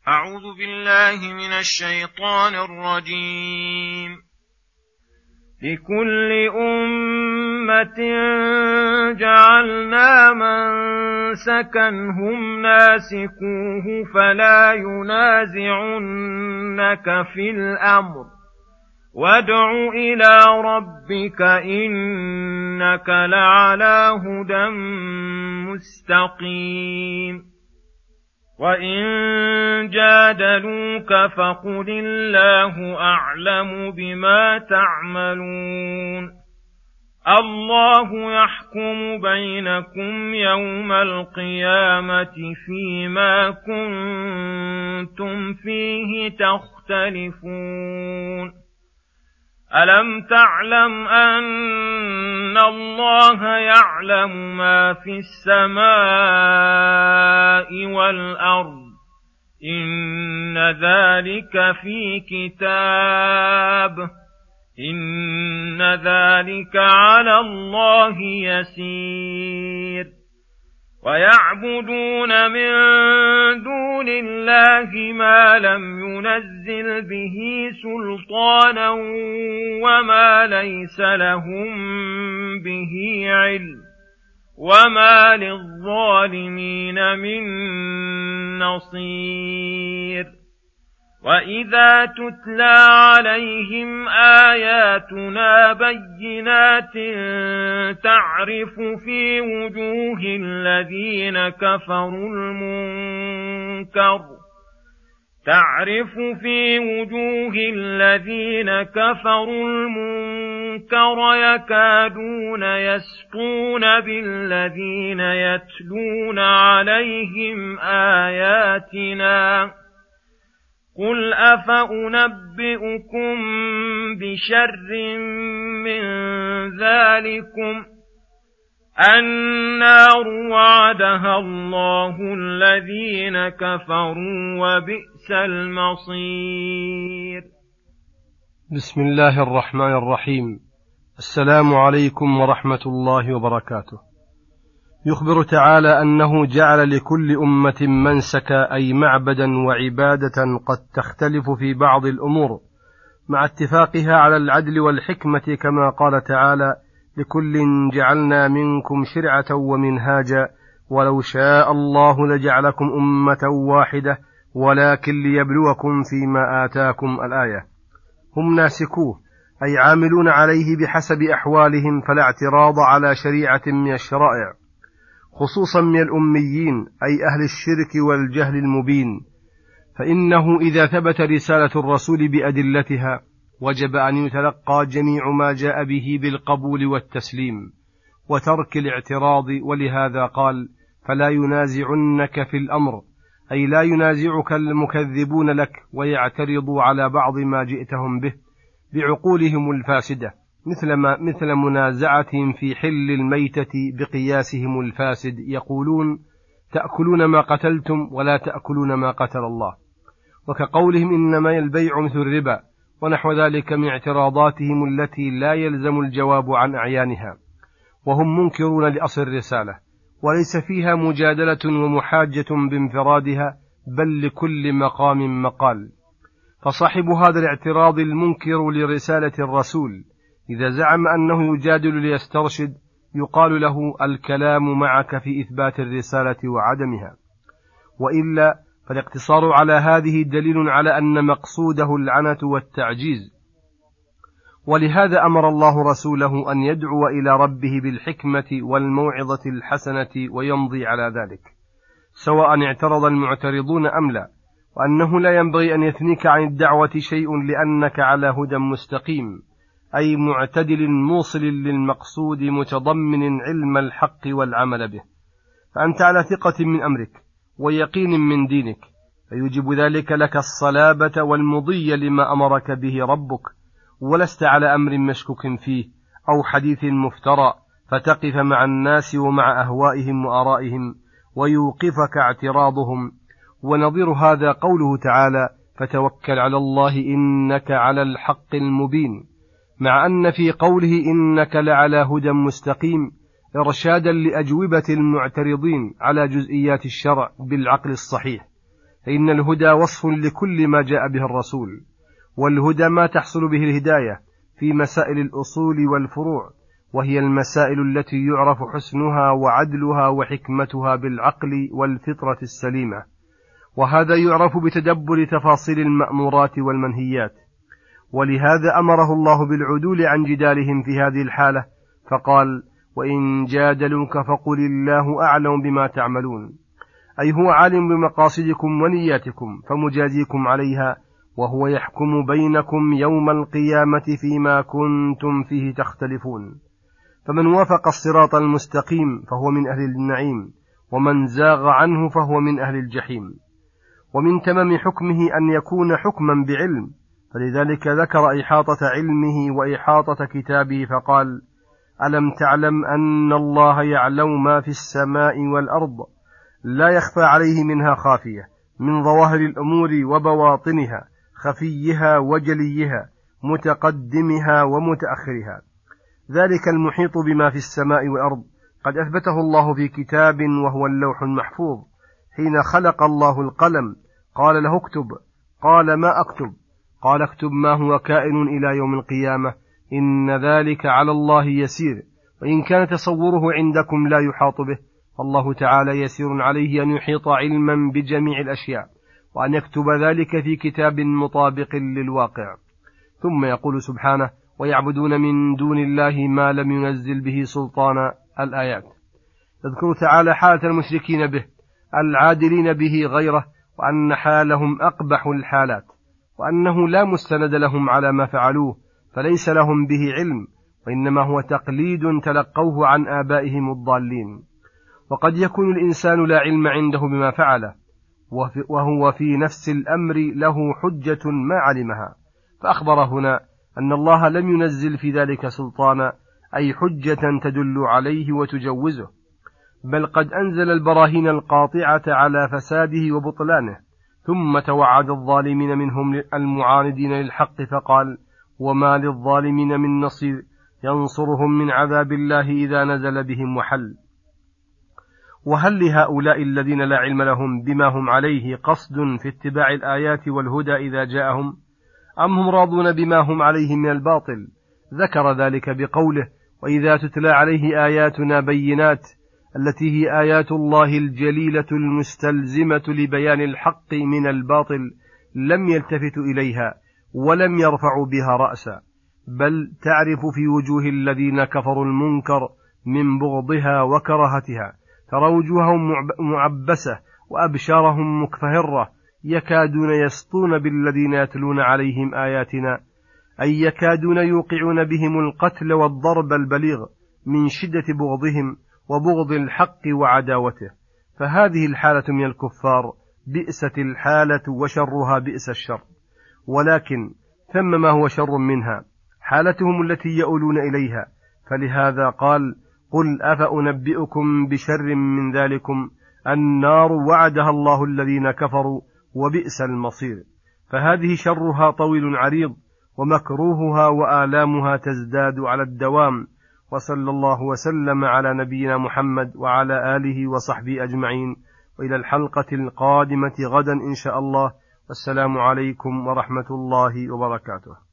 أعوذ بالله من الشيطان الرجيم. لكل أمة جعلنا منسكا هم ناسكوه فلا ينازعنك في الأمر وادع إلى ربك إنك لعلى هدى مستقيم. وإن جادلوك فقل الله أعلم بما تعملون الله يحكم بينكم يوم القيامة فيما كنتم فيه تختلفون ألم تعلم أن الله يعلم ما في السماء والأرض إن ذلك في كتاب إن ذلك على الله يسير. ويعبدون من دون الله ما لم ينزل به سلطانا وما ليس لهم به علم وما للظالمين من نصير. وإذا تتلى عليهم آياتنا بينات تعرف في وجوه الذين كفروا المنكر يكادون يسطون بالذين يتلون عليهم آياتنا قل أفأنبئكم بشر من ذلكم النار وعدها الله الذين كفروا وبئس المصير. بسم الله الرحمن الرحيم. السلام عليكم ورحمة الله وبركاته. يخبر تعالى أنه جعل لكل أمة منسكا أي معبدا وعبادة قد تختلف في بعض الأمور مع اتفاقها على العدل والحكمة كما قال تعالى لكل جعلنا منكم شرعة ومنهاجا ولو شاء الله لجعلكم أمة واحدة ولكن ليبلوكم فيما آتاكم الآية. هم ناسكوه أي عاملون عليه بحسب أحوالهم فلا اعتراض على شريعة من الشرائع خصوصا من الأميين أي أهل الشرك والجهل المبين، فإنه إذا ثبت رسالة الرسول بأدلتها وجب أن يتلقى جميع ما جاء به بالقبول والتسليم وترك الاعتراض. ولهذا قال فلا ينازعنك في الأمر أي لا ينازعك المكذبون لك ويعترضوا على بعض ما جئتهم به بعقولهم الفاسدة مثل منازعتهم في حل الميتة بقياسهم الفاسد، يقولون تأكلون ما قتلتم ولا تأكلون ما قتل الله، وكقولهم إنما البيع مثل الربا ونحو ذلك من اعتراضاتهم التي لا يلزم الجواب عن أعيانها، وهم منكرون لأصل الرسالة وليس فيها مجادلة ومحاجة بانفرادها بل لكل مقام مقال. فصاحب هذا الاعتراض المنكر لرسالة الرسول إذا زعم أنه يجادل ليسترشد يقال له الكلام معك في إثبات الرسالة وعدمها، وإلا فالاقتصار على هذه دليل على أن مقصوده العنت والتعجيز. ولهذا أمر الله رسوله أن يدعو إلى ربه بالحكمة والموعظة الحسنة ويمضي على ذلك سواء اعترض المعترضون أم لا، وأنه لا ينبغي أن يثنيك عن الدعوة شيء لأنك على هدى مستقيم أي معتدل موصل للمقصود متضمن علم الحق والعمل به، فأنت على ثقة من أمرك ويقين من دينك فيجب ذلك لك الصلابة والمضي لما أمرك به ربك، ولست على أمر مشكوك فيه أو حديث مفترى فتقف مع الناس ومع أهوائهم وآرائهم ويوقفك اعتراضهم. ونظير هذا قوله تعالى فتوكل على الله إنك على الحق المبين، مع أن في قوله إنك لعلى هدى مستقيم إرشادا لأجوبة المعترضين على جزئيات الشرع بالعقل الصحيح، فإن الهدى وصف لكل ما جاء به الرسول، والهدى ما تحصل به الهداية في مسائل الأصول والفروع، وهي المسائل التي يعرف حسنها وعدلها وحكمتها بالعقل والفطرة السليمة، وهذا يعرف بتدبر تفاصيل المأمورات والمنهيات. ولهذا أمره الله بالعدول عن جدالهم في هذه الحالة، فقال: وإن جادلوك فقل الله أعلم بما تعملون، أي هو عالم بمقاصدكم ونياتكم فمجازيكم عليها، وهو يحكم بينكم يوم القيامة فيما كنتم فيه تختلفون. فمن وافق الصراط المستقيم فهو من أهل النعيم، ومن زاغ عنه فهو من أهل الجحيم. ومن تمام حكمه أن يكون حكما بعلم، فلذلك ذكر إحاطة علمه وإحاطة كتابه فقال: ألم تعلم أن الله يعلم ما في السماء والأرض لا يخفى عليه منها خافية من ظواهر الأمور وبواطنها، خفيها وجليها، متقدمها ومتأخرها. ذلك المحيط بما في السماء والأرض قد أثبته الله في كتاب وهو اللوح المحفوظ. حين خلق الله القلم قال له اكتب، قال ما أكتب؟ قال اكتب ما هو كائن إلى يوم القيامة، إن ذلك على الله يسير. وإن كان تصوره عندكم لا يحاط به، فالله تعالى يسير عليه أن يحيط علما بجميع الأشياء، وأن يكتب ذلك في كتاب مطابق للواقع. ثم يقول سبحانه: ويعبدون من دون الله ما لم ينزل به سلطانا. الآيات. يذكر تعالى حالة المشركين به العادلين به غيره، وأن حالهم أقبح الحالات، وأنه لا مستند لهم على ما فعلوه، فليس لهم به علم، وإنما هو تقليد تلقوه عن آبائهم الضالين. وقد يكون الإنسان لا علم عنده بما فعله، وهو في نفس الأمر له حجة ما علمها، فأخبر هنا أن الله لم ينزل في ذلك سلطانا، أي حجة تدل عليه وتجوزه، بل قد أنزل البراهين القاطعة على فساده وبطلانه، ثم توعد الظالمين منهم المعاندين للحق فقال: وما للظالمين من نصير ينصرهم من عذاب الله إذا نزل بهم وحل. وهل لهؤلاء الذين لا علم لهم بما هم عليه قصد في اتباع الآيات والهدى إذا جاءهم، أم هم راضون بما هم عليه من الباطل؟ ذكر ذلك بقوله: وإذا تتلى عليه آياتنا بينات، التي هي آيات الله الجليلة المستلزمة لبيان الحق من الباطل، لم يلتفتوا إليها ولم يرفعوا بها رأسا، بل تعرف في وجوه الذين كفروا المنكر من بغضها وكراهتها، ترى وجوههم معبسة وأبشارهم مكفهرة، يكادون يسطون بالذين يتلون عليهم آياتنا، أي يكادون يوقعون بهم القتل والضرب البليغ من شدة بغضهم وبغض الحق وعداوته. فهذه الحالة من الكفار بئست الحالة وشرها بئس الشر. ولكن ثم ما هو شر منها، حالتهم التي يؤولون إليها. فلهذا قال: قل أفأنبئكم بشر من ذلكم النار وعدها الله الذين كفروا وبئس المصير. فهذه شرها طويل عريض، ومكروهها وآلامها تزداد على الدوام. وصلى الله وسلم على نبينا محمد وعلى آله وصحبه أجمعين، وإلى الحلقة القادمة غدا إن شاء الله، والسلام عليكم ورحمة الله وبركاته.